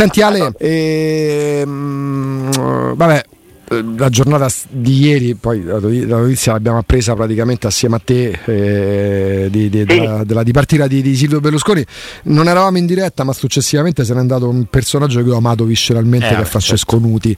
Senti Ale, vabbè, la giornata di ieri, poi la notizia l'abbiamo appresa praticamente assieme a te, della dipartita di Silvio Berlusconi. Non eravamo in diretta, ma successivamente se n'è andato un personaggio che ho amato visceralmente, che è Francesco Nuti.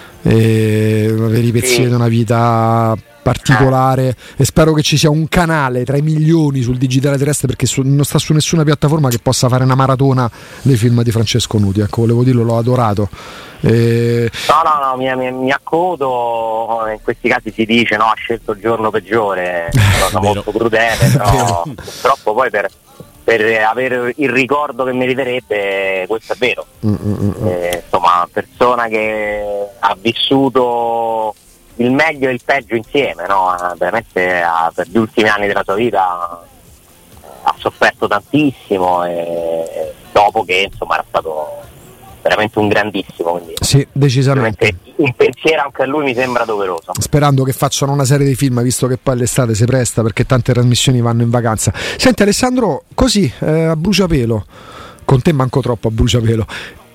Una peripezie di una vita particolare, e spero che ci sia un canale tra i milioni sul digitale terrestre, perché non sta su nessuna piattaforma che possa fare una maratona dei film di Francesco Nuti. Ecco, volevo dirlo, l'ho adorato. No, mi accodo. In questi casi si dice ha scelto il giorno peggiore, una cosa molto crudele, però purtroppo poi per avere il ricordo che meriterebbe, questo è vero. Insomma, persona che ha vissuto il meglio e il peggio insieme, veramente per gli ultimi anni della sua vita ha sofferto tantissimo, e dopo che era stato veramente un grandissimo, quindi sì, decisamente un pensiero anche a lui mi sembra doveroso, sperando che facciano una serie di film, visto che poi l'estate si presta, perché tante trasmissioni vanno in vacanza. Senti Alessandro, così a bruciapelo, con te manco troppo a bruciapelo,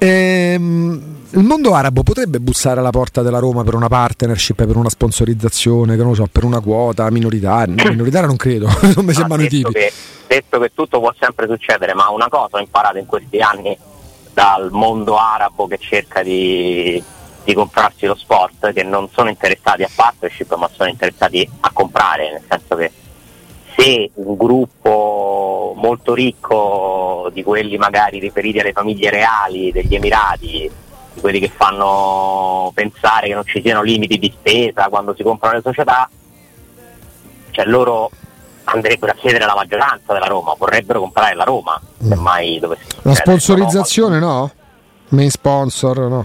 il mondo arabo potrebbe bussare alla porta della Roma per una partnership, per una sponsorizzazione, che non lo so, per una quota minoritaria non credo, non mi sembrano i tipi. Detto che tutto può sempre succedere, ma una cosa ho imparato in questi anni dal mondo arabo che cerca di comprarsi lo sport, che non sono interessati a partnership, ma sono interessati a comprare, nel senso che se un gruppo molto ricco, di quelli magari riferiti alle famiglie reali degli Emirati, di quelli che fanno pensare che non ci siano limiti di spesa quando si comprano le società, cioè loro andrebbero a chiedere la maggioranza della Roma, vorrebbero comprare la Roma, se mai dovesse succedere. La sponsorizzazione no? Main sponsor no?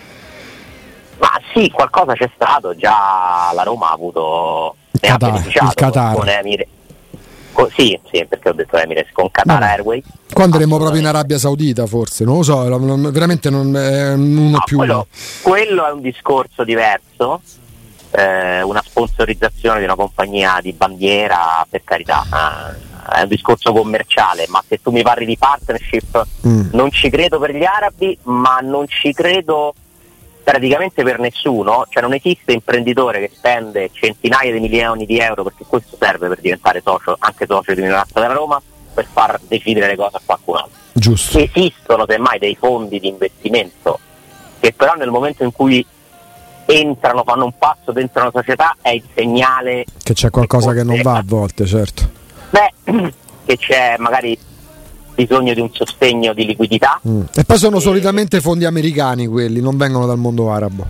Ma sì, qualcosa c'è stato, già la Roma ha avuto il Qatar. Con Emirates. Sì, perché ho detto Emirates, con Qatar Airways. Quando andremo proprio in Arabia Saudita forse, non lo so, veramente non è uno più. Quello è un discorso diverso. Una sponsorizzazione di una compagnia di bandiera, per carità, è un discorso commerciale, ma se tu mi parli di partnership non ci credo per gli arabi, ma non ci credo praticamente per nessuno. Cioè non esiste imprenditore che spende centinaia di milioni di euro, perché questo serve per diventare socio, anche socio di minoranza della Roma, per far decidere le cose a qualcun altro. Giusto. Esistono semmai dei fondi di investimento che però nel momento in cui entrano, fanno un passo dentro una società, è il segnale che c'è qualcosa che non va a volte, certo. Che c'è magari bisogno di un sostegno di liquidità. E poi sono solitamente fondi americani, quelli non vengono dal mondo arabo.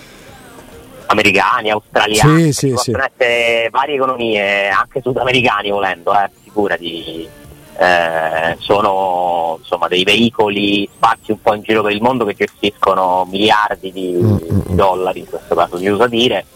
Americani, australiani, possono essere varie economie, anche sudamericani volendo, figurati. Sono insomma dei veicoli sparsi un po' in giro per il mondo che gestiscono miliardi di dollari, in questo caso si usa dire,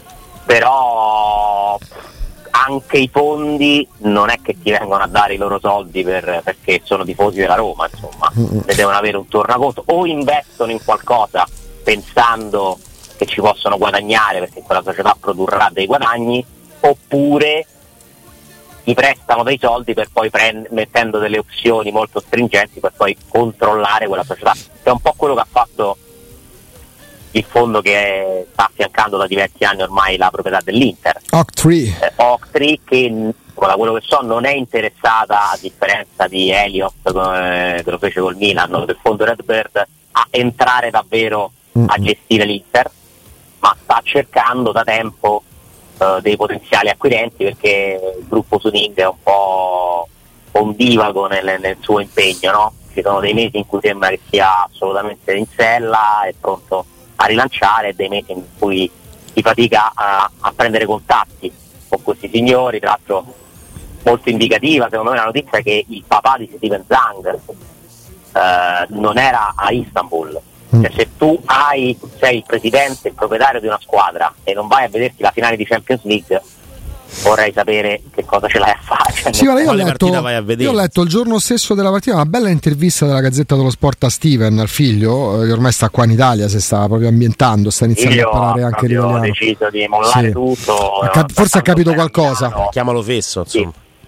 però anche i fondi non è che ti vengono a dare i loro soldi perché sono tifosi della Roma, insomma, ne devono avere un tornaconto, o investono in qualcosa pensando che ci possono guadagnare perché quella società produrrà dei guadagni, oppure ti prestano dei soldi per poi mettendo delle opzioni molto stringenti per poi controllare quella società, che è un po' quello che ha fatto il fondo che sta affiancando da diversi anni ormai la proprietà dell'Inter, Oaktree, che da quello che so non è interessata, a differenza di Elliott che lo fece col Milan, del fondo Redbird, a entrare davvero a gestire l'Inter, ma sta cercando da tempo dei potenziali acquirenti, perché il gruppo Suning è un po' ondivago nel suo impegno, no? Ci sono dei mesi in cui sembra che sia assolutamente in sella e pronto a rilanciare, e dei mesi in cui si fatica a prendere contatti con questi signori. Tra l'altro molto indicativa secondo me la notizia che il papà di Steven Zang non era a Istanbul. Cioè, se tu sei il presidente, il proprietario di una squadra e non vai a vederti la finale di Champions League, vorrei sapere che cosa ce l'hai a fare. Cioè, sì, io ho letto il giorno stesso della partita una bella intervista della Gazzetta dello Sport a Steven, al figlio, che ormai sta qua in Italia, si sta proprio ambientando, sta iniziando a parlare anche l'italiano. Ho deciso di mollare tutto. Forse ha capito qualcosa. Chiamalo fesso, insomma.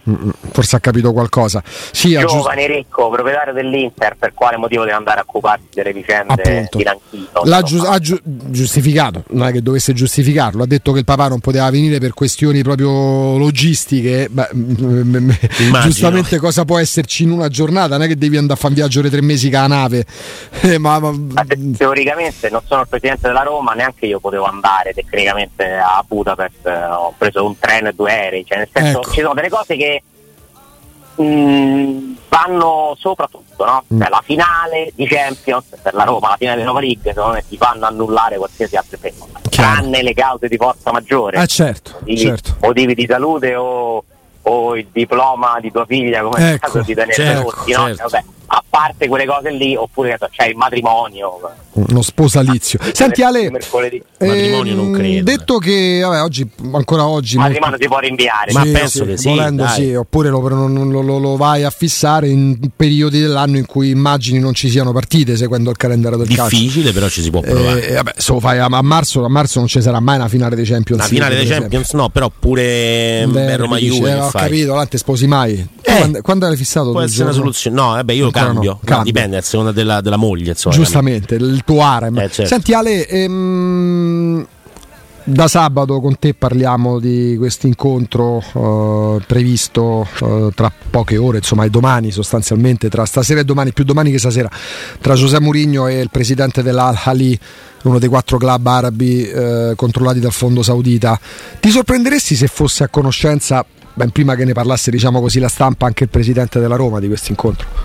Forse ha capito qualcosa. Sì, giovane, ricco, proprietario dell'Inter, per quale motivo deve andare a occuparsi delle vicende di Lanchito? L'ha giustificato, non è che dovesse giustificarlo, ha detto che il papà non poteva venire per questioni proprio logistiche. Giustamente cosa può esserci in una giornata? Non è che devi andare a fare un viaggio di 3 mesi con la nave. Teoricamente non sono il presidente della Roma, neanche io potevo andare tecnicamente a Budapest, ho preso un treno e 2 aerei, cioè nel senso, ecco, ci sono delle cose che vanno soprattutto, no? Cioè, la finale di Champions per la Roma, la finale di Europa League, secondo me ti fanno annullare qualsiasi altra cosa, tranne le cause di forza maggiore, certo. Motivi di salute o il diploma di tua figlia, come nel caso di Daniele Rossi, no? Vabbè, a parte quelle cose lì, oppure c'è il matrimonio, uno sposalizio. Senti Ale, matrimonio non credo. Detto che ancora oggi matrimonio si può rinviare, ma penso che volendo sì, oppure lo vai a fissare in periodi dell'anno in cui immagini non ci siano partite, seguendo il calendario del calcio. Difficile, però ci si può provare. Se lo fai a marzo non ci sarà mai una finale dei Champions. Una finale dei Champions no, però pure Roma-Juve ho capito, là te sposi mai. Quando hai fissato? Può essere una soluzione. No, io cambio. No, dipende a seconda della moglie, insomma. Giustamente, il tuo harem. Certo. Senti Ale, da sabato con te parliamo di questo incontro previsto tra poche ore, insomma, e domani sostanzialmente, tra stasera e domani, più domani che stasera, tra José Mourinho e il presidente dell'Al-Ahly, uno dei 4 club arabi controllati dal fondo saudita. Ti sorprenderesti se fosse a conoscenza, ben prima che ne parlasse, diciamo così, la stampa, anche il presidente della Roma di questo incontro?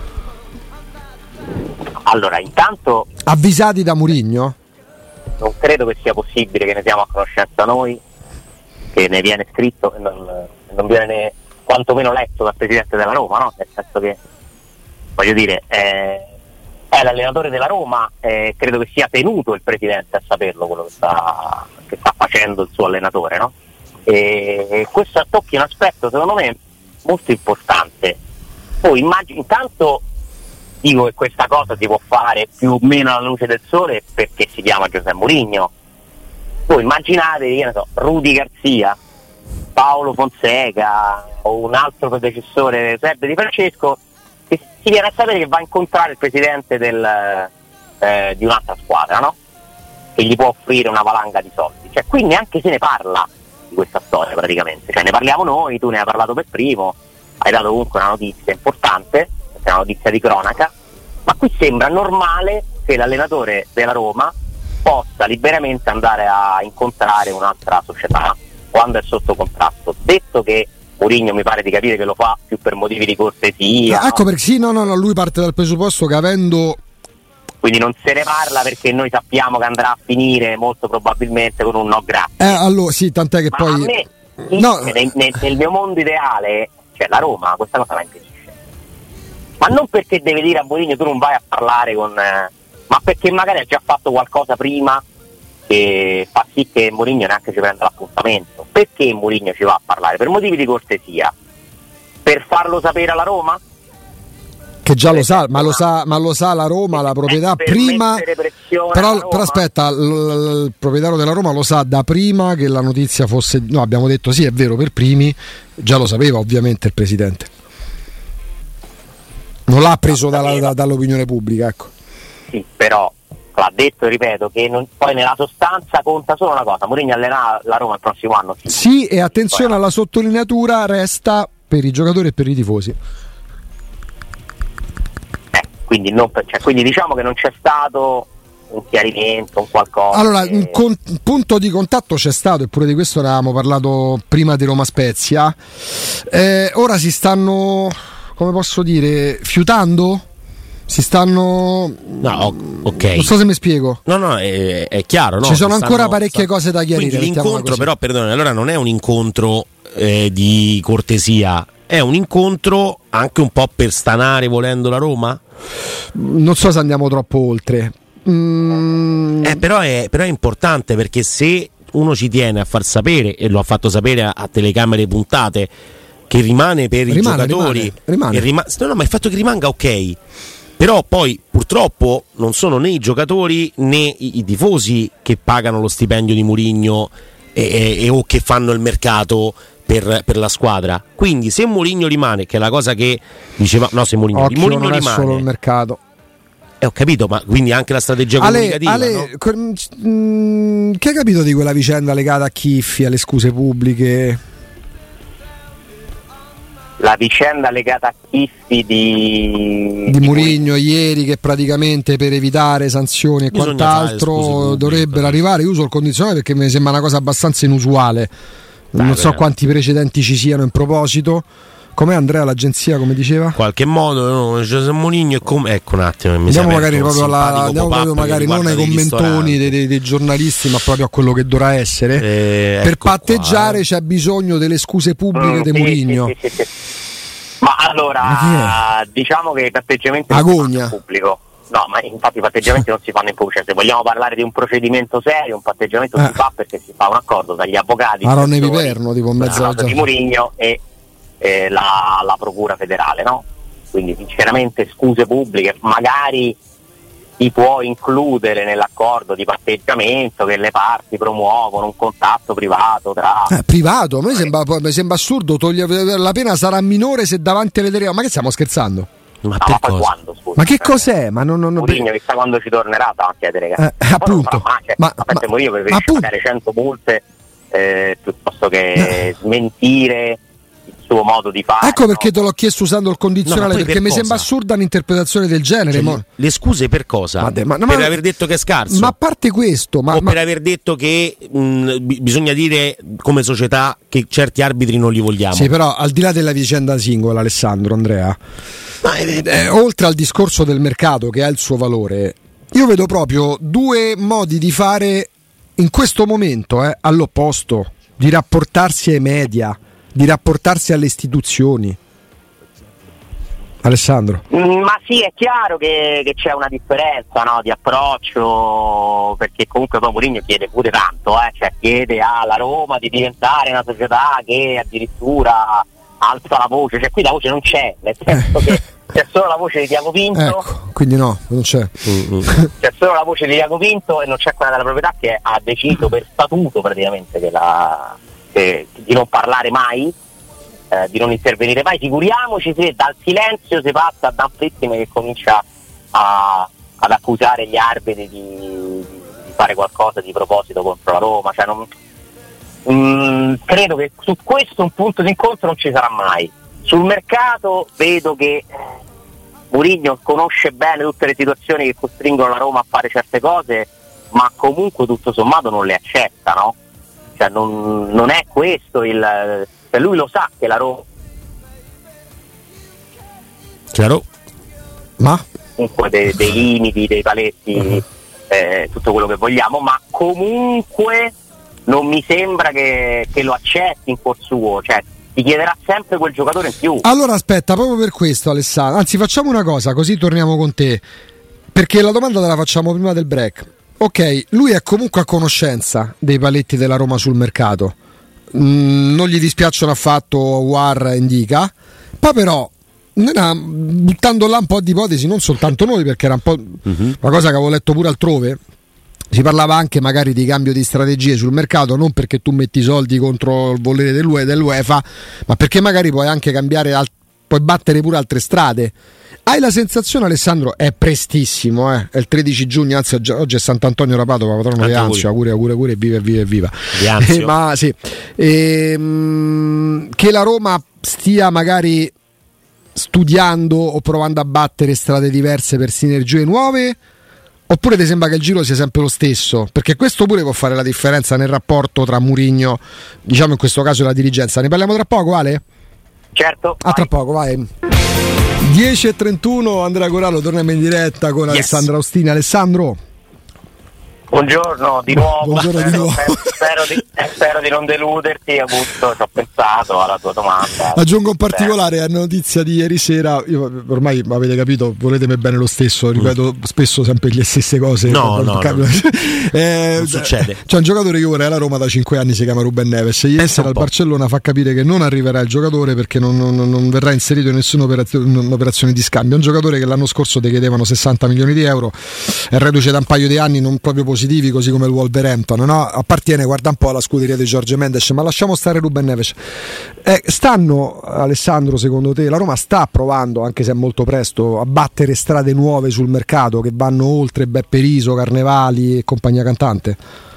Allora, intanto, avvisati da Mourinho? Non credo che sia possibile che ne siamo a conoscenza noi, che ne viene scritto e non viene quantomeno letto dal presidente della Roma, no? Nel senso che, voglio dire, è l'allenatore della Roma, credo che sia tenuto il presidente a saperlo quello che sta facendo il suo allenatore, no? E questo tocchi un aspetto secondo me molto importante. Poi intanto dico che questa cosa si può fare più o meno alla luce del sole perché si chiama José Mourinho. Voi immaginate, Rudy Garcia, Paolo Fonseca o un altro predecessore Sergio Di Francesco che si viene a sapere che va a incontrare il presidente di un'altra squadra, no? Che gli può offrire una valanga di soldi. Cioè, qui neanche se ne parla di questa storia praticamente. Cioè, ne parliamo noi, tu ne hai parlato per primo, hai dato comunque una notizia importante, è una notizia di cronaca, ma qui sembra normale che l'allenatore della Roma possa liberamente andare a incontrare un'altra società quando è sotto contratto. Detto che Mourinho mi pare di capire che lo fa più per motivi di cortesia. Ecco, perché sì, no, lui parte dal presupposto che avendo... Quindi non se ne parla perché noi sappiamo che andrà a finire molto probabilmente con un no grazie. Allora sì, tant'è che poi... A me, nel mio mondo ideale, cioè la Roma questa cosa la impedisce. Ma non perché deve dire a Mourinho tu non vai a parlare con... ma perché magari ha già fatto qualcosa prima che fa sì che Mourinho neanche ci prenda l'appuntamento. Perché Mourinho ci va a parlare? Per motivi di cortesia. Per farlo sapere alla Roma? Che già lo sa, ma lo sa la Roma, la proprietà prima. Però aspetta, il proprietario della Roma lo sa da prima che la notizia fosse... No, abbiamo detto sì, è vero, per primi, già lo sapeva ovviamente il presidente. Non l'ha preso dall'opinione pubblica, ecco. Sì, però l'ha detto e ripeto che poi nella sostanza conta solo una cosa: Mourinho allenerà la Roma il prossimo anno. Sì, e attenzione alla sottolineatura, resta per i giocatori e per i tifosi. Quindi diciamo che non c'è stato un chiarimento, un qualcosa. Allora, un punto di contatto c'è stato, eppure di questo ne avevamo parlato prima di Roma Spezia. Ora si stanno, come posso dire, fiutando? Si stanno... No, ok. Non so se mi spiego. No, è chiaro. No? Ci sono ancora parecchie cose da chiarire. Quindi l'incontro, però, perdone, allora non è un incontro di cortesia, è un incontro anche un po' per stanare, volendo, la Roma? Non so se andiamo troppo oltre. Però è importante, perché se uno ci tiene a far sapere, e lo ha fatto sapere a telecamere puntate, che rimane per i giocatori, rimane. No, ma il fatto che rimanga, ok. Però poi purtroppo non sono né i giocatori né i tifosi che pagano lo stipendio di Mourinho o che fanno il mercato per la squadra. Quindi se Mourinho rimane, che è la cosa che diceva, no, se Mourinho non rimane, è solo il mercato. Ho capito, ma quindi anche la strategia comunicativa. Che hai capito di quella vicenda legata a Chiffi, alle scuse pubbliche? La vicenda legata a Chiffi di Mourinho ieri, che praticamente per evitare sanzioni e quant'altro dovrebbero arrivare. Io uso il condizionale perché mi sembra una cosa abbastanza inusuale. Non so quanti precedenti ci siano in proposito. Com'è Andrea l'agenzia, come diceva? In qualche modo José Mourinho ecco un attimo, andiamo magari proprio magari non ai commentoni dei giornalisti, ma proprio a quello che dovrà essere. Per patteggiare c'è bisogno delle scuse pubbliche di Mourinho. Sì. Ma allora diciamo che i patteggiamenti non si fanno in pubblico. No, ma infatti i patteggiamenti non si fanno in pubblico. Se vogliamo parlare di un procedimento serio, un patteggiamento si fa perché si fa un accordo tra gli avvocati Arone Viverno, tipo mezzo di Mourinho e la procura federale, no? Quindi sinceramente scuse pubbliche magari si può includere nell'accordo di patteggiamento che le parti promuovono un contatto privato tra privato? A me sembra assurdo, la pena sarà minore se davanti alle telecamere. Ma che stiamo scherzando? Ma per cosa? Quando, scusa, ma che cos'è? Ma non Mourinho chissà quando ci tornerà davanti alle telecamere. Appunto. Mourinho preferisce pagare 100 multe piuttosto che smentire il suo modo di fare. Ecco perché te l'ho chiesto usando il condizionale, perché mi sembra assurda un'interpretazione del genere. Le scuse per cosa? Per aver detto che è scarso? Ma a parte questo, per aver detto che bisogna dire come società che certi arbitri non li vogliamo. Sì, però al di là della vicenda singola, Alessandro, Andrea, oltre al discorso del mercato che ha il suo valore, io vedo proprio due modi di fare in questo momento all'opposto, di rapportarsi ai media, di rapportarsi alle istituzioni. Alessandro. Ma sì, è chiaro che c'è una differenza, no, di approccio, perché comunque poi Mourinho chiede pure tanto, cioè chiede alla Roma di diventare una società che addirittura alza la voce, cioè qui la voce non c'è, nel senso che c'è solo la voce di Tiago Pinto. Ecco, quindi no, non c'è. C'è solo la voce di Tiago Pinto e non c'è quella della proprietà, che ha deciso per statuto praticamente di non parlare mai, di non intervenire mai. Figuriamoci se dal silenzio si passa a Dan Frittime che comincia ad accusare gli arbitri di fare qualcosa di proposito contro la Roma. Cioè credo che su questo un punto di incontro non ci sarà mai. Sul mercato vedo che Mourinho conosce bene tutte le situazioni che costringono la Roma a fare certe cose, ma comunque tutto sommato non le accetta, no? Cioè non è questo cioè lui lo sa che la Roma, chiaro, ma comunque dei limiti, dei paletti, tutto quello che vogliamo, ma comunque non mi sembra che lo accetti in cuor suo, cioè ti chiederà sempre quel giocatore in più. Allora aspetta, proprio per questo, Alessandro, anzi facciamo una cosa, così torniamo con te, perché la domanda te la facciamo prima del break. Ok, lui è comunque a conoscenza dei paletti della Roma sul mercato, non gli dispiacciono affatto War e Indica, poi però buttando là un po' di ipotesi, non soltanto noi, perché era un po' una cosa che avevo letto pure altrove, si parlava anche magari di cambio di strategie sul mercato, non perché tu metti soldi contro il volere dell'UEFA, ma perché magari puoi anche cambiare, puoi battere pure altre strade. Hai la sensazione, Alessandro, è prestissimo, è il 13 giugno, anzi oggi è Sant'Antonio Rapato, patrono di Anzio, auguri, viva. Ma sì, che la Roma stia magari studiando o provando a battere strade diverse per sinergie nuove, oppure ti sembra che il giro sia sempre lo stesso? Perché questo pure può fare la differenza nel rapporto tra Mourinho, diciamo in questo caso, e la dirigenza. Ne parliamo tra poco, Ale? Certo. Tra poco, vai. 10:31, Andrea Corallo, torniamo in diretta con Alessandro Austini. Alessandro, buongiorno di nuovo. Buongiorno di nuovo. Spero di non deluderti, Augusto, ci ho pensato alla tua domanda. Aggiungo in particolare a notizia di ieri sera, io ormai avete capito, voletemi bene lo stesso, ripeto spesso sempre le stesse cose. No. Non succede. C'è un giocatore che ora è alla Roma da 5 anni, si chiama Ruben Neves, e ieri sera il Barcellona fa capire che non arriverà il giocatore perché non verrà inserito in nessuna operazione di scambio. È un giocatore che l'anno scorso ti chiedevano 60 milioni di euro, è reduce da un paio di anni non proprio positivo positivi, così come il Wolverhampton, no? Appartiene, guarda un po', alla scuderia di Jorge Mendes, ma lasciamo stare Ruben Neves. Stanno, Alessandro, secondo te la Roma sta provando, anche se è molto presto, a battere strade nuove sul mercato che vanno oltre Beppe Riso, Carnevali e compagnia cantante?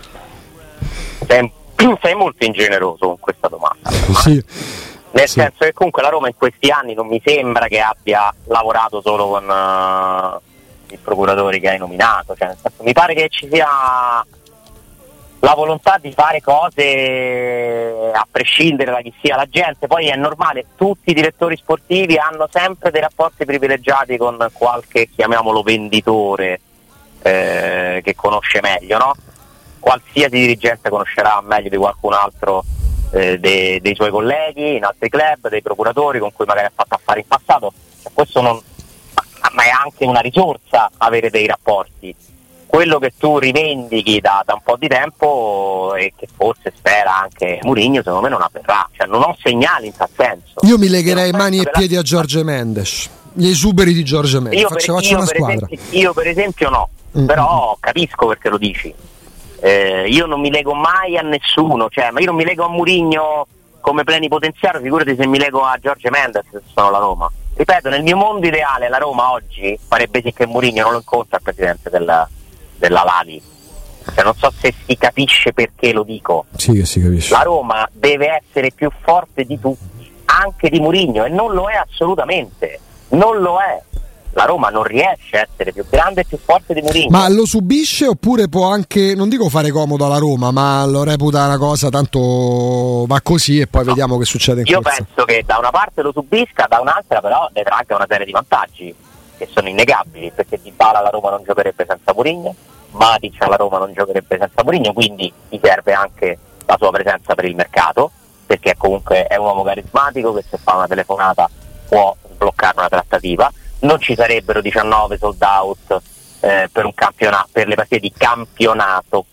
Sei molto ingeneroso con questa domanda. Sì. Nel senso che comunque la Roma in questi anni non mi sembra che abbia lavorato solo con i procuratori che hai nominato, cioè, nel senso, mi pare che ci sia la volontà di fare cose a prescindere da chi sia la gente. Poi è normale, tutti i direttori sportivi hanno sempre dei rapporti privilegiati con qualche, chiamiamolo, venditore che conosce meglio, no? Qualsiasi dirigente conoscerà meglio di qualcun altro dei suoi colleghi in altri club, dei procuratori con cui magari ha fatto affari in passato. Questo non, ma è anche una risorsa avere dei rapporti. Quello che tu rivendichi da un po' di tempo e che forse spera anche Mourinho, secondo me non avverrà, cioè non ho segnali in tal senso. Io mi legherei mani e piedi a Jorge Mendes, gli esuberi di Jorge Mendes, faccio una squadra. Io per esempio no, però capisco perché lo dici. Io non mi lego mai a nessuno, cioè, ma io non mi lego a Mourinho come plenipotenziario, figurati se mi lego a Jorge Mendes se sono la Roma. Ripeto, nel mio mondo ideale la Roma oggi farebbe sì che Mourinho non lo incontra il presidente della Lali. Cioè, non so se si capisce perché lo dico. Sì che si capisce. La Roma deve essere più forte di tutti, anche di Mourinho, e non lo è assolutamente, non lo è. La Roma non riesce a essere più grande e più forte di Mourinho. Ma lo subisce oppure può anche, non dico fare comodo alla Roma, ma lo reputa una cosa, tanto va così e poi vediamo che succede in Io corsa. penso che da una parte lo subisca, da un'altra però ne tragga una serie di vantaggi che sono innegabili, perché Dybala alla Roma non giocherebbe senza Mourinho, Matic alla Roma non giocherebbe senza Mourinho, quindi gli serve anche la sua presenza per il mercato, perché comunque è un uomo carismatico che se fa una telefonata può sbloccare una trattativa. Non ci sarebbero 19 sold out per un campionato, per le partite di campionato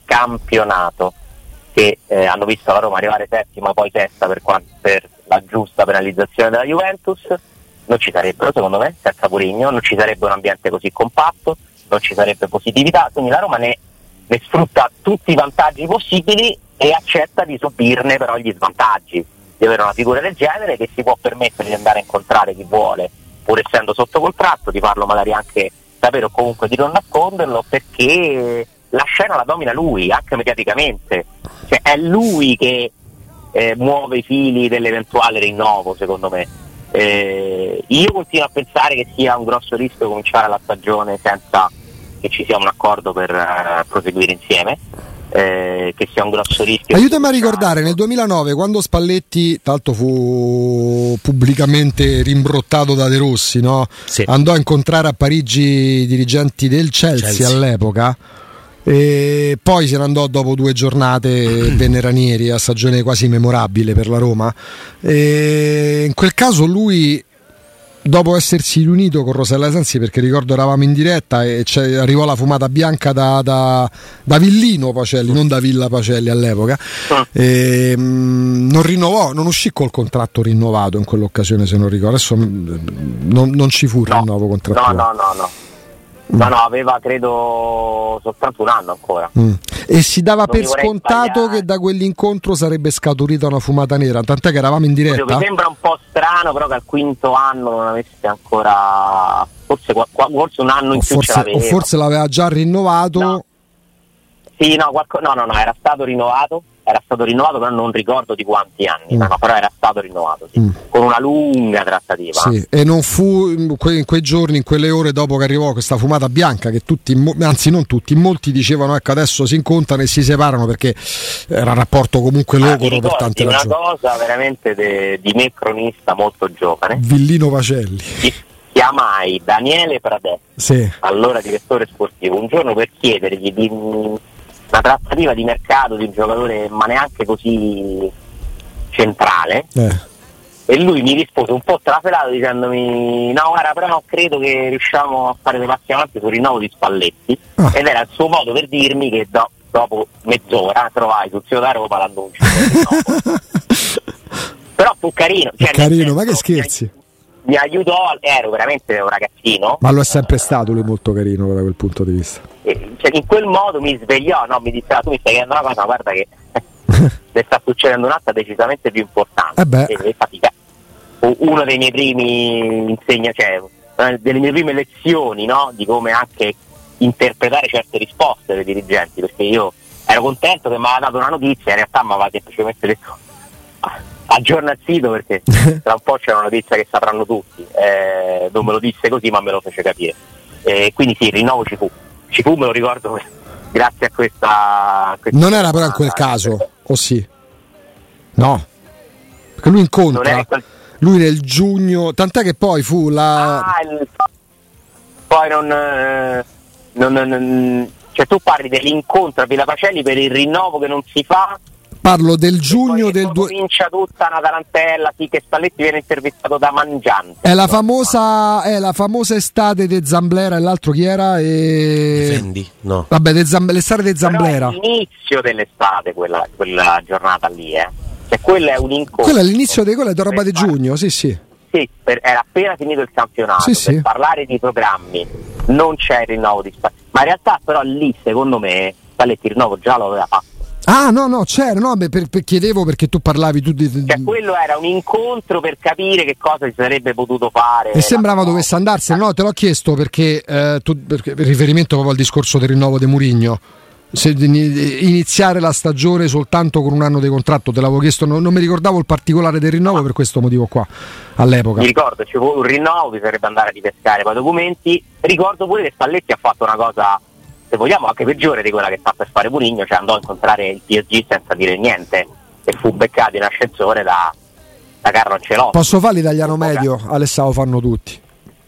che hanno visto la Roma arrivare settima, poi sesta per la giusta penalizzazione della Juventus. Non ci sarebbero, secondo me, senza Mourinho, non ci sarebbe un ambiente così compatto, non ci sarebbe positività, quindi la Roma ne sfrutta tutti i vantaggi possibili e accetta di subirne però gli svantaggi, di avere una figura del genere che si può permettere di andare a incontrare chi vuole, pur essendo sotto contratto, di farlo magari anche sapere o comunque di non nasconderlo, perché la scena la domina lui, anche mediaticamente, cioè è lui che muove i fili dell'eventuale rinnovo, secondo me. Io continuo a pensare che sia un grosso rischio cominciare la stagione senza che ci sia un accordo per proseguire insieme. Che sia un grosso rischio. Aiutami a ricordare, nel 2009 quando Spalletti, tanto fu pubblicamente rimbrottato da De Rossi, no? Sì. Andò a incontrare a Parigi i dirigenti del Chelsea all'epoca e poi se ne andò dopo 2 giornate e venne Ranieri, a stagione quasi memorabile per la Roma, e in quel caso lui, dopo essersi riunito con Rosella Sensi, perché ricordo eravamo in diretta e arrivò la fumata bianca da Villino Pacelli, non da Villa Pacelli all'epoca, non rinnovò, non uscì col contratto rinnovato in quell'occasione, se non ricordo. Adesso non ci fu il rinnovo contrattuale. No, aveva credo soltanto un anno ancora. E si dava per scontato che da quell'incontro sarebbe scaturita una fumata nera, tant'è che eravamo in diretta. Mi sembra un po' strano però che al quinto anno non avesse ancora, forse un anno in più ce l'aveva. O forse l'aveva già rinnovato. No. Sì, no, era stato rinnovato, però non ricordo di quanti anni, però era stato rinnovato, sì, con una lunga trattativa. Sì, e non fu in quei giorni, in quelle ore dopo che arrivò questa fumata bianca, che tutti, anzi non tutti, molti dicevano ecco adesso si incontrano e si separano, perché era un rapporto comunque logoro per tante ragioni. Una cosa veramente di me cronista molto giovane, Villino Pacelli, chiamai Daniele Pradè, sì, allora direttore sportivo, un giorno per chiedergli di una trattativa di mercato di un giocatore ma neanche così centrale, e lui mi rispose un po' trafelato dicendomi no guarda, però credo che riusciamo a fare dei passi avanti sul rinnovo di Spalletti, ed era il suo modo per dirmi che dopo mezz'ora trovai sul sito da Roma l'annuncio però fu carino, cioè, carino, ma che scherzi, mi aiutò, ero veramente un ragazzino, ma lo è sempre stato lui molto carino da quel punto di vista. cioè, in quel modo mi svegliò, no? Mi disse: tu mi stai chiedendo una cosa, guarda che ne sta succedendo un'altra decisamente più importante. E fatica. Uno dei miei primi delle mie prime lezioni, no? Di come anche interpretare certe risposte dei dirigenti, perché io ero contento che mi aveva dato una notizia, in realtà mi aveva semplicemente detto aggiorna il sito perché tra un po' c'è una notizia che sapranno tutti, non me lo disse così ma me lo fece capire, quindi sì, il rinnovo ci fu, me lo ricordo grazie a questa non era però in quel caso, o sì? No, perché lui incontra lui nel giugno, tant'è che poi fu poi cioè tu parli dell'incontro a Villa Pacelli per il rinnovo che non si fa. Parlo del giugno del comincia tutta una tarantella, sì, che Spalletti viene intervistato da Mangiante. È la famosa estate de Zamblera, e l'altro chi era? Fendi, no. Vabbè, l'estate de Zamblera. Però è l'inizio dell'estate quella giornata lì, Cioè quello è un incontro. Quello è l'inizio di quella roba di giugno, sì. Sì, era appena finito il campionato, per parlare di programmi non c'è il rinnovo di Spalletti. Ma in realtà però lì, secondo me, Spalletti il rinnovo già lo aveva fatto. Ah no, c'era, no, chiedevo perché tu parlavi cioè quello era un incontro per capire che cosa si sarebbe potuto fare. E sembrava dovesse andarsene, no, te l'ho chiesto perché perché riferimento proprio al discorso del rinnovo di Mourinho. Se iniziare la stagione soltanto con un anno di contratto, te l'avevo chiesto, non mi ricordavo il particolare del rinnovo per questo motivo qua all'epoca. Mi ricordo ci fu un rinnovo, bisognerebbe andare a ripescare poi documenti. Ricordo pure che Spalletti ha fatto una cosa, se vogliamo, anche peggiore di quella che sta per fare Mourinho, cioè andò a incontrare il PSG senza dire niente e fu beccato in ascensore da Carlo Ancelotti. Posso fare l'italiano medio? Alessandro, fanno tutti.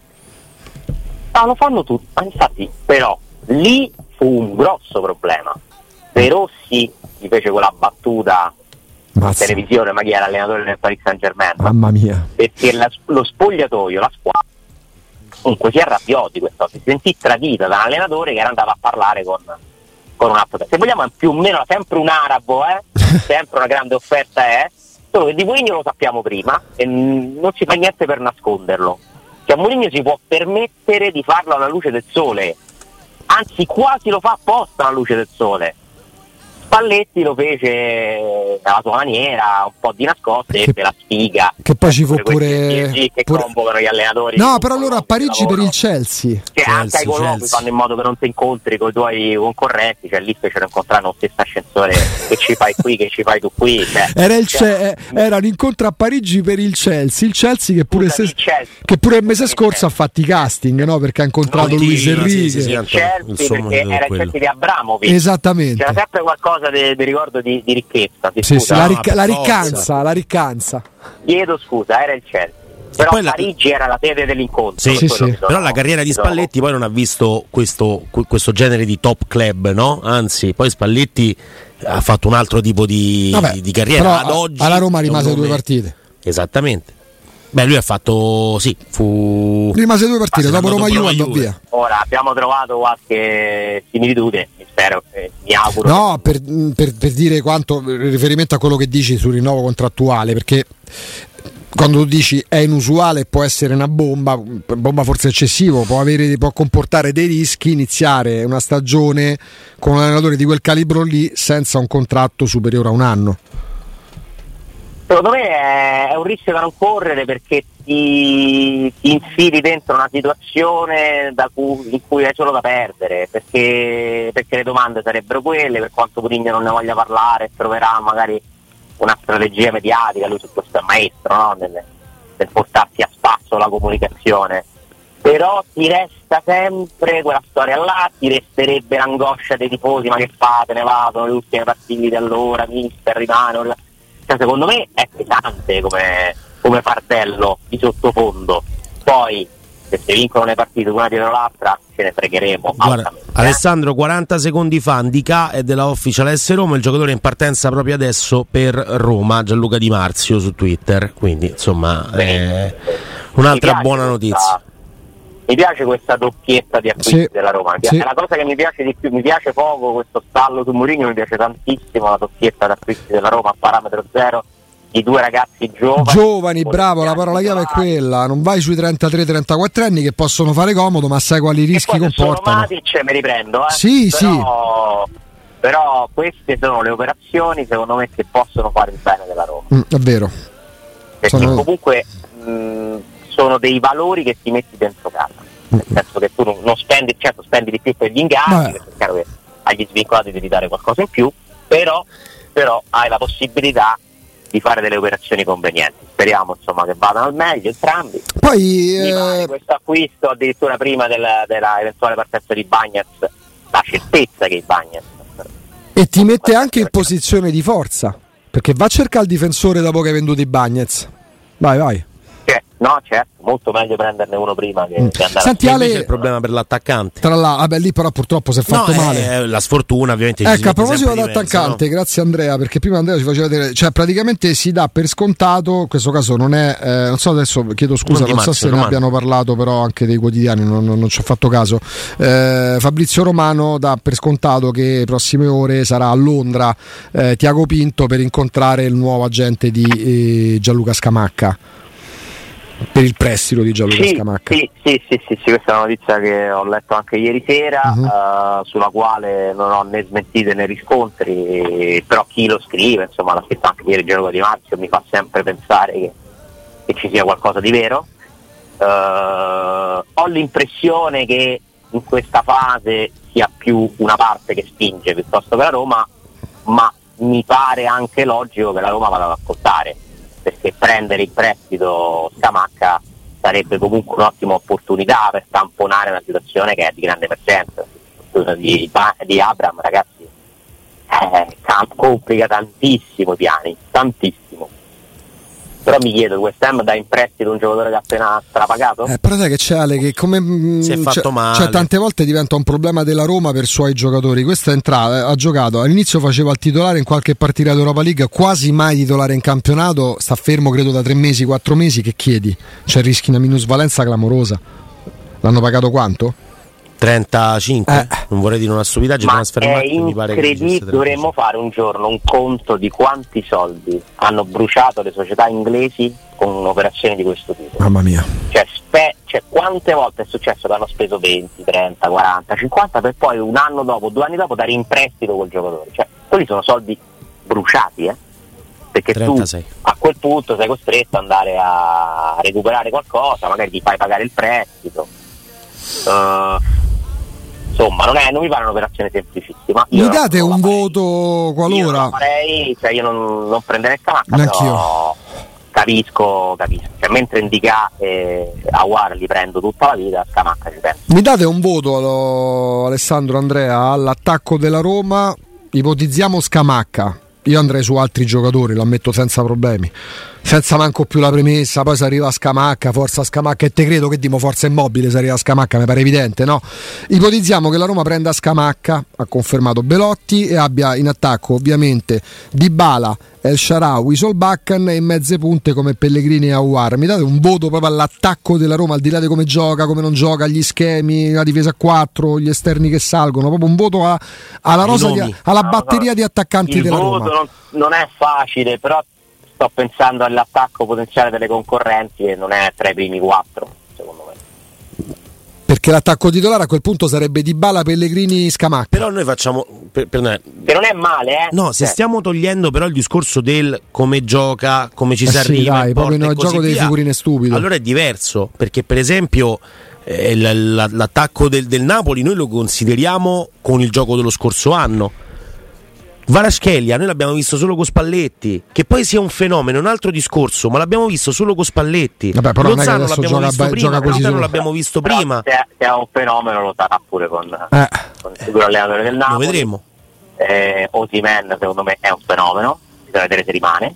No, lo fanno tutti, ma infatti però lì fu un grosso problema. De Rossi gli fece quella battuta in televisione, ma chi era allenatore del Paris Saint-Germain? Mamma mia. Perché lo spogliatoio, la squadra, comunque si arrabbiò di questo, si sentì tradita da un allenatore che era andato a parlare con un altro. Se vogliamo è più o meno sempre un arabo, sempre una grande offerta, solo che di Mourinho lo sappiamo prima e non si fa niente per nasconderlo. Cioè Mourinho si può permettere di farlo alla luce del sole, anzi quasi lo fa apposta alla luce del sole. Spalletti lo fece alla sua maniera, un po' di nascosto, e per la sfiga. Che poi ci fu pure che convocano gli allenatori. No, però loro a Parigi per il Chelsea. Che anche ai colloqui fanno in modo che non ti incontri con i tuoi concorrenti, cioè lì fecero incontrare lo stesso ascensore, che ci fai qui, che ci fai tu qui. Cioè. Era un incontro a Parigi per il Chelsea che pure il mese scorso ha fatto i casting, no? Perché ha incontrato Luis Enrique. Il Chelsea perché era il Chelsea di Abramovic. Esattamente. C'era sempre qualcosa di ricordo di ricchezza. La riccanza. Chiedo scusa, era il Chelsea. Però Parigi era la sede dell'incontro. Sì. Però la carriera di Spalletti poi non ha visto questo genere di top club, no? Anzi, poi Spalletti ha fatto un altro tipo di carriera. Però ad oggi alla Roma rimase 2 partite. Esattamente. Beh, lui ha fatto rimase 2 partite, dopo Roma-Juve andò via. Ora abbiamo trovato qualche similitudine, spero, mi auguro. No, per dire quanto riferimento a quello che dici sul rinnovo contrattuale, perché quando tu dici è inusuale, può essere una bomba forse eccessivo, può comportare dei rischi iniziare una stagione con un allenatore di quel calibro lì senza un contratto superiore a un anno. Secondo me è un rischio da non correre, perché ti infili dentro una situazione in cui hai solo da perdere, perché le domande sarebbero quelle, per quanto Mourinho non ne voglia parlare, troverà magari una strategia mediatica, lui su questo è maestro, no? nel portarsi a spasso la comunicazione, però ti resta sempre quella storia là, ti resterebbe l'angoscia dei tifosi, ma che fate, ne vado le ultime partite, allora mister rimane. Cioè, secondo me è pesante come fardello di sottofondo. Poi se si vincono le partite una dietro l'altra ce ne fregheremo. Guarda, Alessandro, 40 secondi fa Ndicà è della Official S Roma, il giocatore è in partenza proprio adesso per Roma, Gianluca Di Marzio su Twitter, quindi insomma un'altra buona notizia. Mi piace questa doppietta di acquisti della Roma, è la cosa che mi piace di più. Mi piace poco questo stallo su Mourinho, mi piace tantissimo la doppietta di acquisti della Roma a parametro zero, di due ragazzi giovani, bravo, la parola chiave è quella, non vai sui 33-34 anni che possono fare comodo, ma sai quali rischi comportano. Sono Matic, mi riprendo, Sì, però queste sono le operazioni secondo me che possono fare il bene della Roma. È vero, perché comunque sono dei valori che ti metti dentro casa, nel senso che tu non spendi, certo spendi di più per gli ingaggi, perché è chiaro che agli svincolati devi dare qualcosa in più, però hai la possibilità di fare delle operazioni convenienti. Speriamo insomma che vadano al meglio entrambi. Poi mi pare questo acquisto addirittura prima della eventuale partenza di Bagnez, la certezza che il Bagnez, e ti mette anche in posizione di forza, perché va a cercare il difensore dopo che hai venduto i Bagnez. Vai. No, certo, molto meglio prenderne uno prima che andare. Senti, Ale, c'è il problema per l'attaccante. Lì però purtroppo si è fatto male. La sfortuna ovviamente. Ecco, a proposito dell'attaccante, no? Grazie Andrea, perché prima Andrea ci faceva vedere, cioè praticamente si dà per scontato, in questo caso non è, non so, adesso chiedo scusa, non so se ne abbiano parlato però anche dei quotidiani, non ci ho fatto caso. Fabrizio Romano dà per scontato che prossime ore sarà a Londra Tiago Pinto per incontrare il nuovo agente di Gianluca Scamacca, per il prestito di Gianluca Scamacca. Sì, questa è una notizia che ho letto anche ieri sera, sulla quale non ho né smentite né riscontri, però chi lo scrive, insomma l'ha scritto anche ieri Gianluca Di Marzio, mi fa sempre pensare che ci sia qualcosa di vero. Ho l'impressione che in questa fase sia più una parte che spinge piuttosto che la Roma, ma mi pare anche logico che la Roma vada ad ascoltare, perché prendere in prestito Scamacca sarebbe comunque un'ottima opportunità per tamponare una situazione che è di grande emergenza. Di Abraham, ragazzi, complica tantissimo i piani, tantissimo. Però mi chiedo, West Ham dà in prestito un giocatore che ha appena strapagato? Però sai che c'è Ale, che come si è fatto male. Cioè, tante volte diventa un problema della Roma per i suoi giocatori. Questo ha giocato, all'inizio faceva il titolare in qualche partita d'Europa League, quasi mai titolare in campionato, sta fermo credo da 3 mesi, 4 mesi, che chiedi? Cioè rischi una minusvalenza clamorosa. L'hanno pagato quanto? 35, non vorrei dire una stupidaggine, ma è incredibile. Dovremmo fare un giorno un conto di quanti soldi hanno bruciato le società inglesi con un'operazione di questo tipo. Mamma mia. Cioè quante volte è successo che hanno speso 20, 30, 40, 50 per poi un anno dopo, 2 anni dopo dare in prestito quel giocatore. Cioè quelli sono soldi bruciati, perché 36. Tu a quel punto sei costretto ad andare a recuperare qualcosa, magari ti fai pagare il prestito. Insomma, non mi pare un'operazione semplicissima. Mi date un voto qualora? Io farei, cioè io non prenderei Scamacca, però capisco. Cioè, mentre Ndicà e Aouar li prendo tutta la vita, Scamacca ci penso. Mi date un voto, Alessandro, Andrea, all'attacco della Roma? Ipotizziamo Scamacca. Io andrei su altri giocatori, lo ammetto senza problemi, senza manco più la premessa. Poi se arriva a Scamacca, forza Scamacca, e te credo che dimo forza Immobile se arriva a Scamacca, mi pare evidente, no? Ipotizziamo che la Roma prenda Scamacca, ha confermato Belotti, e abbia in attacco ovviamente Dybala, El Shaarawy, Solbakken, e mezze punte come Pellegrini e Aouar. Mi date un voto proprio all'attacco della Roma, al di là di come gioca, come non gioca, gli schemi, la difesa a 4, gli esterni che salgono, proprio un voto alla rosa alla batteria di attaccanti della Roma. Il voto non è facile, però sto pensando all'attacco potenziale delle concorrenti e non è tra i primi 4, secondo me. Perché l'attacco titolare a quel punto sarebbe Dybala, Pellegrini, Scamacca. Però noi facciamo che non è male, No, se stiamo togliendo però il discorso del come gioca, come ci si arriva, dai, proprio nel gioco delle figurine stupido. Allora è diverso, perché per esempio l'attacco del Napoli noi lo consideriamo con il gioco dello scorso anno. Kvaratskhelia noi l'abbiamo visto solo con Spalletti, che poi sia un fenomeno è un altro discorso, ma l'abbiamo visto solo con Spalletti. Vabbè, però Lozano l'abbiamo visto prima, Lozano l'abbiamo visto prima. Se è un fenomeno lo sarà pure con il sicuro allenatore del Napoli. Lo vedremo. Osimhen secondo me è un fenomeno, bisogna vedere se rimane.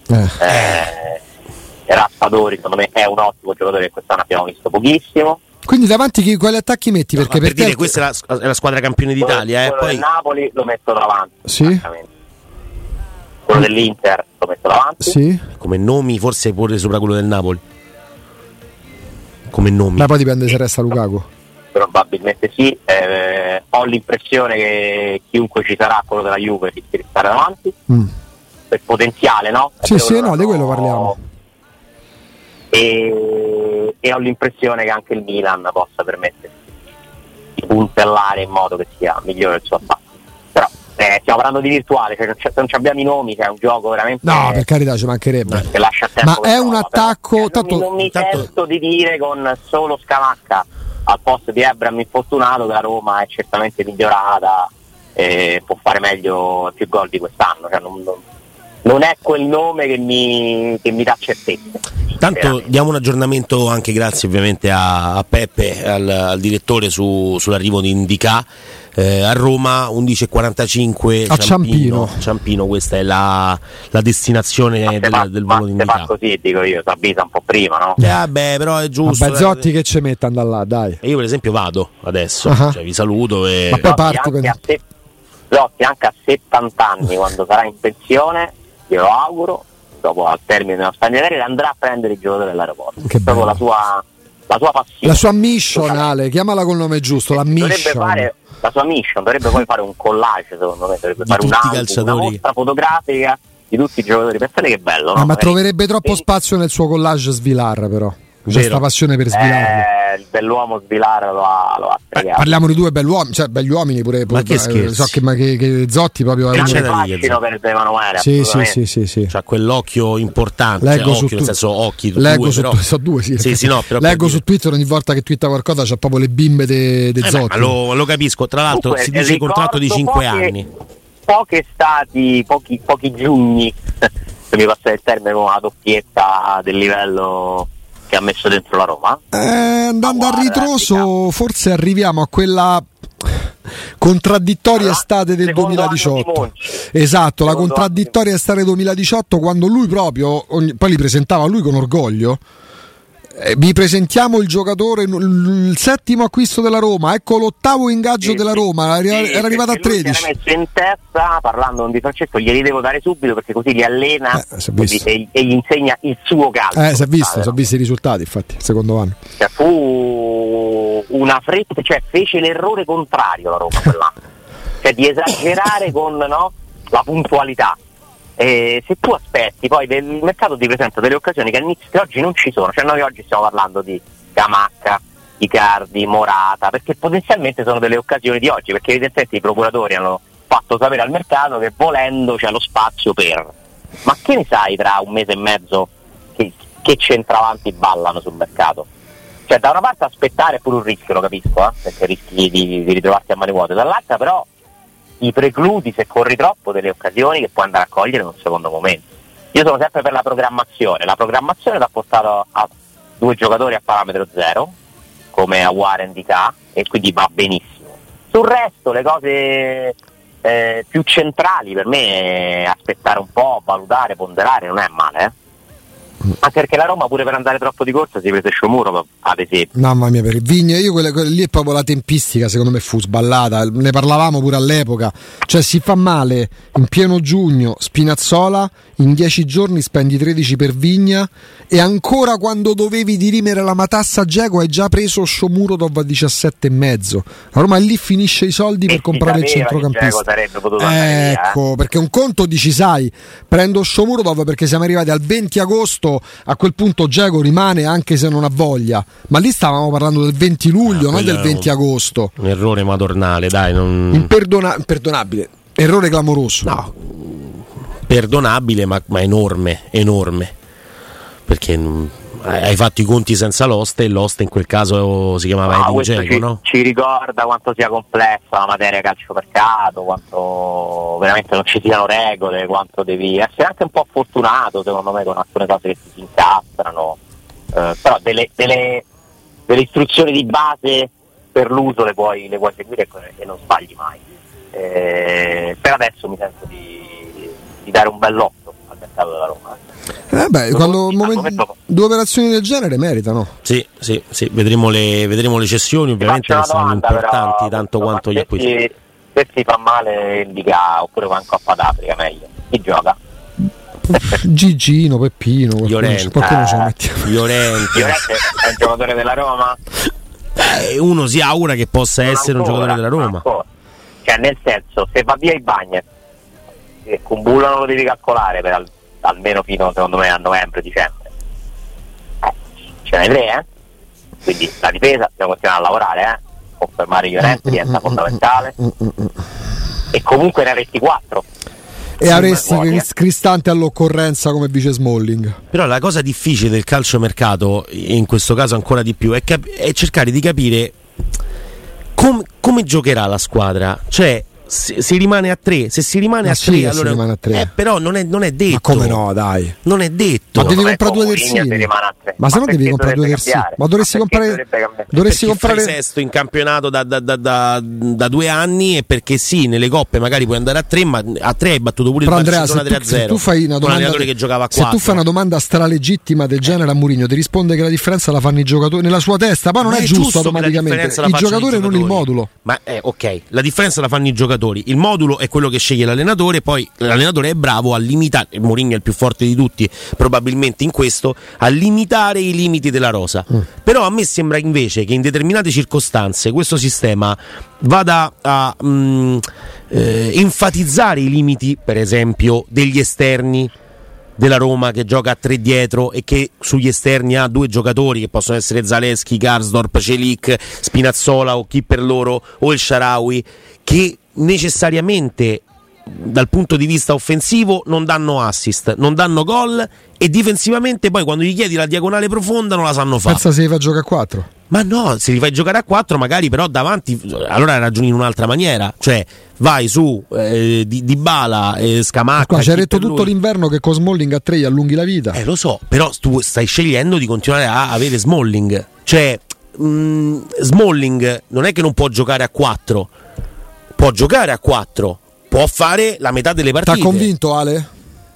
Raspadori secondo me è un ottimo giocatore che quest'anno abbiamo visto pochissimo. Quindi davanti quali attacchi metti? Perché per dire questa è la squadra campione d'Italia, quello poi del Napoli lo metto davanti. Sì. Quello dell'Inter lo metto davanti. Sì. Come nomi forse pure sopra quello del Napoli. Come nomi. Ma poi dipende se resta Lukaku. Probabilmente sì. Ho l'impressione che chiunque ci sarà, quello della Juve, rischia di stare davanti. il potenziale, no? Sì, no, di quello parliamo. E ho l'impressione che anche il Milan possa permettersi di puntellare in modo che sia migliore il suo attacco. Però stiamo parlando di virtuale, cioè non abbiamo i nomi, c'è un gioco veramente. No, per carità, ci mancherebbe. Che lascia tempo. Ma è un attacco. Non mi sento di dire con solo Scamacca al posto di Ebram infortunato che la Roma è certamente migliorata e può fare meglio più gol di quest'anno. Cioè non è quel nome che mi dà certezza. Tanto diamo un aggiornamento anche grazie ovviamente a Peppe, al direttore sull'arrivo di Ndicà a Roma, 11:45 a Ciampino, questa è la destinazione del volo di Ndicà. Fa così, dico io, si avvisa un po' prima, no? Vabbè, però è giusto. Zotti che ci mette andare là, dai. E io per esempio vado adesso, cioè, vi saluto e ma poi parti Zotti anche a 70 anni quando sarà in pensione, glielo auguro, dopo al termine della Spagna andrà a prendere i giocatori dell'aeroporto. Che proprio la sua passione, la sua mission, Ale, chiamala col nome giusto, la mission. Dovrebbe fare la sua mission, dovrebbe poi fare un collage, secondo me, dovrebbe fare una mostra fotografica di tutti i giocatori. Pensate che bello, no? Ma troverebbe troppo spazio nel suo collage Svilar, però. C'è questa passione per Svilar. Il bell'uomo Svilar lo ha fregato. Parliamo di due bell'uomini, cioè begli uomini pure. Ma che scherzi? So che Zotti proprio è un fascino per Emanuele. Sì. C'ha quell'occhio importante, leggo occhio, nel senso occhi. Leggo due, so due, sì, no, però leggo su Twitter ogni volta che twitta qualcosa c'ha proprio le bimbe de Zotti. Ma lo capisco, tra l'altro comunque, si dice contratto di 5 anni. Pochi giugni, se mi passa il termine, con una doppietta del livello che ha messo dentro la Roma. Andando a ritroso, forse arriviamo a quella contraddittoria estate del 2018. Esatto, la contraddittoria estate 2018, quando lui proprio poi li presentava lui con orgoglio. Vi presentiamo il giocatore, il settimo acquisto della Roma, ecco l'ottavo ingaggio della Roma, era arrivato a 13. Si era messo in testa, parlando con Di Francesco, glieli devo dare subito perché così li allena e gli insegna il suo calcio. Si è visto i risultati, infatti, il secondo anno. Cioè, fu una fretta, cioè fece l'errore contrario la Roma quell'anno, cioè di esagerare con la puntualità. Se tu aspetti poi il mercato ti presenta delle occasioni che all'inizio oggi non ci sono, cioè noi oggi stiamo parlando di Scamacca, Icardi, Morata, perché potenzialmente sono delle occasioni di oggi, perché evidentemente i procuratori hanno fatto sapere al mercato che volendo c'è lo spazio per, ma che ne sai tra un mese e mezzo che centravanti ballano sul mercato? Cioè da una parte aspettare è pure un rischio, lo capisco, perché rischi di ritrovarti a mani vuote, dall'altra però ti precludi, se corri troppo, delle occasioni che puoi andare a cogliere in un secondo momento. Io sono sempre per la programmazione ti ha portato a due giocatori a parametro zero come Aouar e Ndicà, e quindi va benissimo. Sul resto le cose più centrali per me è aspettare un po', valutare, ponderare, non è male, anche perché la Roma pure per andare troppo di corsa si prese Sciomuro, ad esempio. Mamma mia, per il Vigna, io quella lì è proprio la tempistica, secondo me fu sballata, ne parlavamo pure all'epoca, cioè si fa male in pieno giugno Spinazzola, in 10 giorni spendi 13 per Vigna e ancora quando dovevi dirimere la matassa a Dzeko hai già preso Shomurodov a 17,5. La Roma lì finisce i soldi per comprare il centrocampista. Ecco, perché un conto dici, sai, prendo Shomurodov perché siamo arrivati al 20 agosto, a quel punto Dzeko rimane anche se non ha voglia, ma lì stavamo parlando del 20 luglio, non del 20 agosto. Un errore madornale, dai, imperdonabile, errore clamoroso. No, perdonabile ma enorme, perché hai fatto i conti senza l'Oste, e l'Oste in quel caso si chiamava Edin Dzeko, no? Ci ricorda quanto sia complessa la materia calciomercato, quanto veramente non ci siano regole, quanto devi essere anche un po' fortunato secondo me con alcune cose che si incastrano, però delle istruzioni di base per l'uso le puoi seguire e non sbagli mai. Per adesso mi sento di dare un bell'otto al mercato della Roma. Quando due operazioni del genere meritano. Sì, vedremo le cessioni, ovviamente saranno importanti però, tanto quanto gli acquisti. Se si fa male Indica oppure va in Coppa d'Africa meglio. Chi gioca? Gigino, Peppino, Llorente è un giocatore della Roma? Uno si augura che possa essere un giocatore della Roma. Cioè nel senso, se va via Ibañez che Kumbulla non lo devi calcolare per almeno fino, secondo me, a novembre-dicembre. Ce n'hai 3, quindi la difesa dobbiamo continuare a lavorare, confermare Llorente diventa fondamentale, e comunque ne avresti 4. E avresti Cristante all'occorrenza come vice Smalling. Però la cosa difficile del calciomercato, in questo caso ancora di più, è cercare di capire come giocherà la squadra. Cioè, si rimane a 3, se si rimane a 3, allora rimane a 3. Però non è detto. Ma come no, dai. Non è detto. Ma devi comprare 2 terzini. Ma se no devi comprare 2 terzini. Ma dovresti comprare sesto in campionato da 2 anni, e perché sì, nelle coppe magari puoi andare a 3, ma a 3 hai battuto pure però il Andrea, Barcellona 3-0. Se tu fai una domanda, che giocava a 4. se tu fai una domanda stralegittima del genere a Mourinho, ti risponde che la differenza la fanno i giocatori nella sua testa, ma non è giusto automaticamente. Il giocatore non il modulo. Ma ok, la differenza la fanno i giocatori. Il modulo è quello che sceglie l'allenatore, poi l'allenatore è bravo a limitare, Mourinho è il più forte di tutti probabilmente in questo, a limitare i limiti della rosa. Però a me sembra invece che in determinate circostanze questo sistema vada a enfatizzare i limiti, per esempio, degli esterni della Roma, che gioca a 3 dietro e che sugli esterni ha 2 giocatori che possono essere Zalewski, Karsdorp, Celik, Spinazzola o chi per loro, o il Shaarawy, che necessariamente dal punto di vista offensivo non danno assist, non danno gol, e difensivamente poi quando gli chiedi la diagonale profonda non la sanno fare. Pensa se li fa giocare a 4. Ma no, se li fai giocare a 4 magari, però davanti allora ragioni in un'altra maniera, cioè vai su Dybala, Scamacca. Qua ci hai detto tutto l'inverno che con Smalling a 3 gli allunghi la vita. Lo so, però tu stai scegliendo di continuare a avere Smalling, cioè Smalling non è che non può giocare a 4, può giocare a 4, può fare la metà delle partite. T'ha convinto, Ale?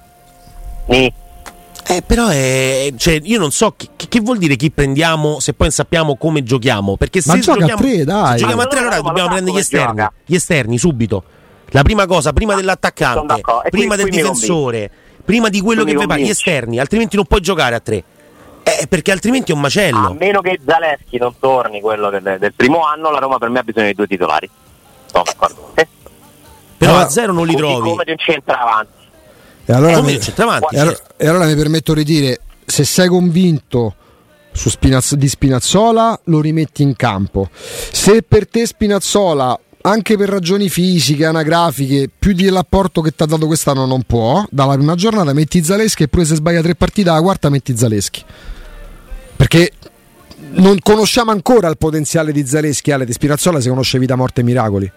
Però cioè, io non so che vuol dire chi prendiamo se poi sappiamo come giochiamo, perché se gioca a 3, dai. Se giochiamo a 3 allora dobbiamo prendere gli esterni subito. La prima cosa, prima dell'attaccante, prima del difensore, prima di quello che vi pare, gli esterni, altrimenti non puoi giocare a 3. Perché altrimenti è un macello. A meno che Zalewski non torni quello del primo anno, la Roma per me ha bisogno di 2 titolari. Sono d'accordo. Però a 0 non li trovi. Come di un centravanti. E allora mi permetto di dire, se sei convinto di Spinazzola, lo rimetti in campo. Se per te Spinazzola, anche per ragioni fisiche, anagrafiche, più dell'apporto che ti ha dato quest'anno non può, dalla prima giornata metti Zalewski, e pure se sbaglia 3 partite alla quarta metti Zalewski, perché non conosciamo ancora il potenziale di Zalewski. Ale, di Spinazzola si conosce vita, morte e miracoli.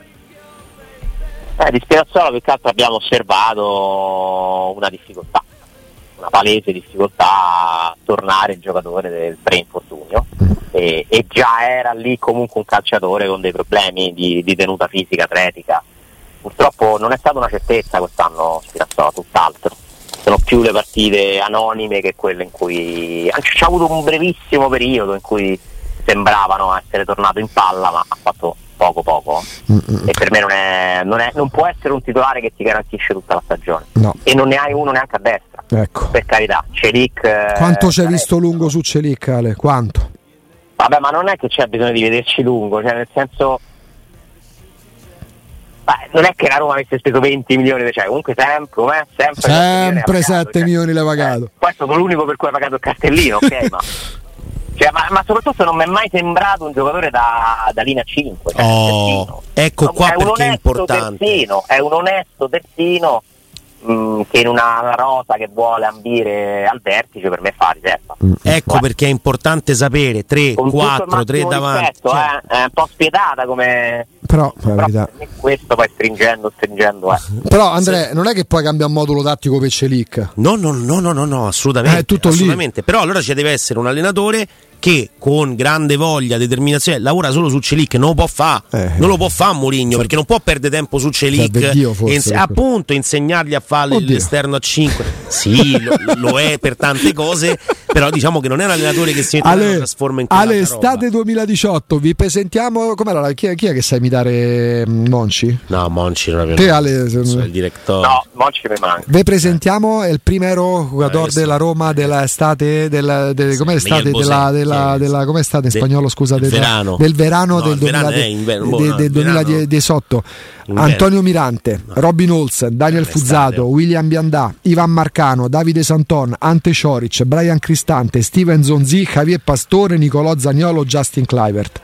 Di Spinazzola più che altro abbiamo osservato una difficoltà, una palese difficoltà a tornare il giocatore del pre-infortunio, e già era lì comunque un calciatore con dei problemi di tenuta fisica, atletica. Purtroppo non è stata una certezza quest'anno Spinazzola, tutt'altro. Sono più le partite anonime che quelle in cui c'ha avuto un brevissimo periodo in cui sembravano essere tornato in palla, ma ha fatto poco. E per me non può essere un titolare che ti garantisce tutta la stagione. No. E non ne hai uno neanche a destra. Ecco. Per carità, Celik. Quanto ci hai visto lungo su Celik, Ale? Quanto? Vabbè, ma non è che c'è bisogno di vederci lungo, cioè nel senso. Non è che la Roma avesse speso 20 milioni, cioè comunque sempre 7 milioni l'hai pagato. Poi è stato l'unico per cui ha pagato il cartellino, ok, ma. Cioè, ma soprattutto non mi è mai sembrato un giocatore da linea 5. Ecco qua perché è importante. È un onesto terzino che in una rosa che vuole ambire al vertice per me fa riserva. Ecco perché è importante sapere 3, con 4, 3 davanti. Rispetto, è un po' spietata come. Però per me questo poi stringendo. Però Andrea, non è che poi cambia un modulo tattico per Celik. No, assolutamente. È tutto assolutamente. Lì. Però allora ci deve essere un allenatore che con grande voglia, determinazione lavora solo su Celik, non lo può fare. Non lo può fare Mourinho, perché non può perdere tempo su Celik. Appunto, insegnargli a fare l'esterno a 5. Sì, lo è per tante cose, però diciamo che non è un allenatore che si trasforma in estate 2018 vi presentiamo com'era chi è che sa imitare Monci? No, Monci non te, Ale, sono il direttore. No, Monci mi manca. Vi presentiamo il primero giocatore della Roma della estate com'è l'estate della com'è estate in spagnolo, scusa, del verano del 2018. Antonio Mirante, Robin Olsen, Daniel Fuzzato, William Biandà, Ivan Marcano, Davide Santon, Ante Cioric, Brian Cristante, Steven Zonzi, Javier Pastore, Nicolò Zaniolo, Justin Kluivert.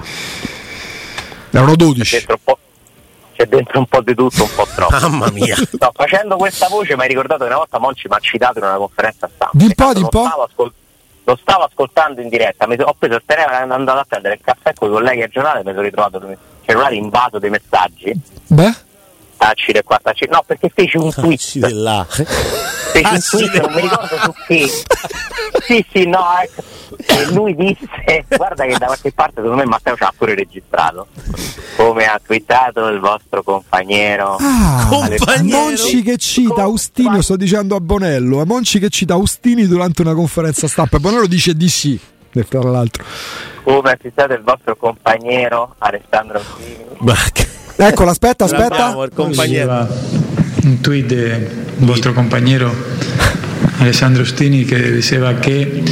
Erano 12. C'è dentro un po' di tutto, un po' troppo. Mamma mia. No, facendo questa voce mi hai ricordato che una volta Monci mi ha citato in una conferenza stampa. Di un po'. Lo stavo ascoltando in diretta, ho preso il telefono, andando a prendere il caffè con i colleghi al giornale, mi sono ritrovato il cellulare invaso dei messaggi. Beh? Tacci del qua, tacci. No, perché feci un tweet. Feci un tweet, non mi ricordo su chi. Sì, no, ecco. E lui disse, guarda che da qualche parte secondo me Matteo ci ha pure registrato, come ha twittato il vostro compagnero. Monci che cita Austini, sto dicendo a Bonello, Monci che cita Austini durante una conferenza stampa, Bonello dice di sì, tra l'altro. Come ha citato il vostro compagnero Alessandro Austini. Ecco, aspetta. Il compagnero. Un tweet del vostro compañero Alessandro Austini che diceva che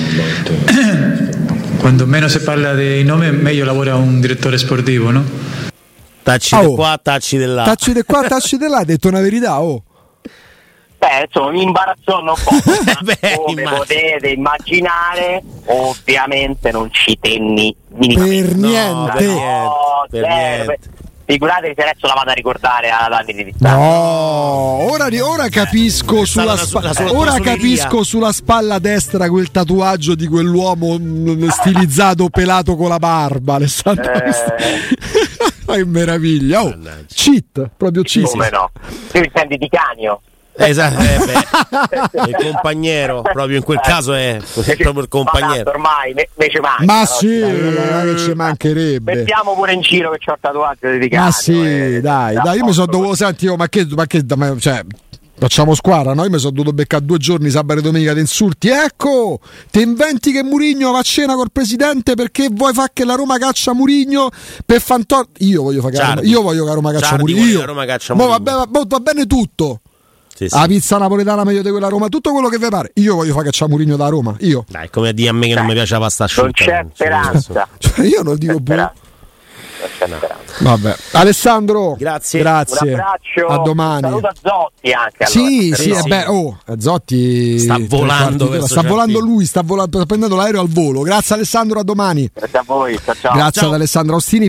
quando meno si parla dei nomi meglio lavora un direttore sportivo, no? Tacci di qua, tacci di là. Tacci di qua, tacci di là, ha detto una verità, Beh, insomma, mi imbarazzò un po'. Come potete immaginare, ovviamente non ci tenni per niente. Per niente. Figuratevi se adesso la vado a ricordare ad anni di distanza. No, ora capisco capisco sulla spalla destra quel tatuaggio di quell'uomo stilizzato pelato con la barba, Alessandro. Che meraviglia. Cheat, proprio cheat. Come no? Tu mi senti di Canio? Esatto, il compagnero, proprio in quel caso è proprio il compagnero. Ormai ci manca. Ma sì, che ci mancherebbe. Mettiamo pure in giro che c'ho il tatuaggio dedicato. Ma sì, dai, io mi sono dovuto sentire, ma che cioè, facciamo squadra, no? Io mi sono dovuto beccare 2 giorni, sabato e domenica, di insulti. Ecco, ti inventi che Mourinho va a cena col presidente perché vuoi fare che la Roma caccia Mourinho per io voglio fare che la Roma caccia Mourinho. Va bene tutto. Sì. La pizza napoletana meglio di quella Roma, tutto quello che vi pare. Io voglio fare che c'ha Mourinho da Roma. Io. Dai, come a dire a me che non mi piace la pasta asciutta. Non c'è speranza. Cioè, io non dico Vabbè. Alessandro, grazie. Un abbraccio. A domani. Saluto a Zotti anche. Zotti sta volando lui, sta prendendo l'aereo al volo. Grazie Alessandro, a domani. Grazie a voi. Ciao. Grazie ad Alessandro Austini.